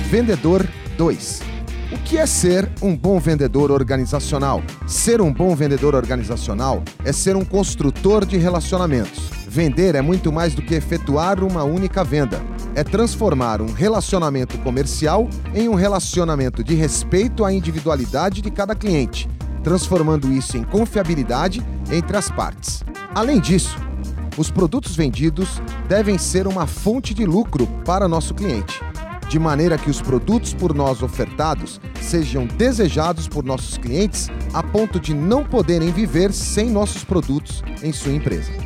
Vendedor 2. O que é ser um bom vendedor organizacional? Ser um bom vendedor organizacional é ser um construtor de relacionamentos. Vender é muito mais do que efetuar uma única venda. É transformar um relacionamento comercial em um relacionamento de respeito à individualidade de cada cliente, transformando isso em confiabilidade entre as partes. Além disso, os produtos vendidos devem ser uma fonte de lucro para nosso cliente, de maneira que os produtos por nós ofertados sejam desejados por nossos clientes a ponto de não poderem viver sem nossos produtos em sua empresa.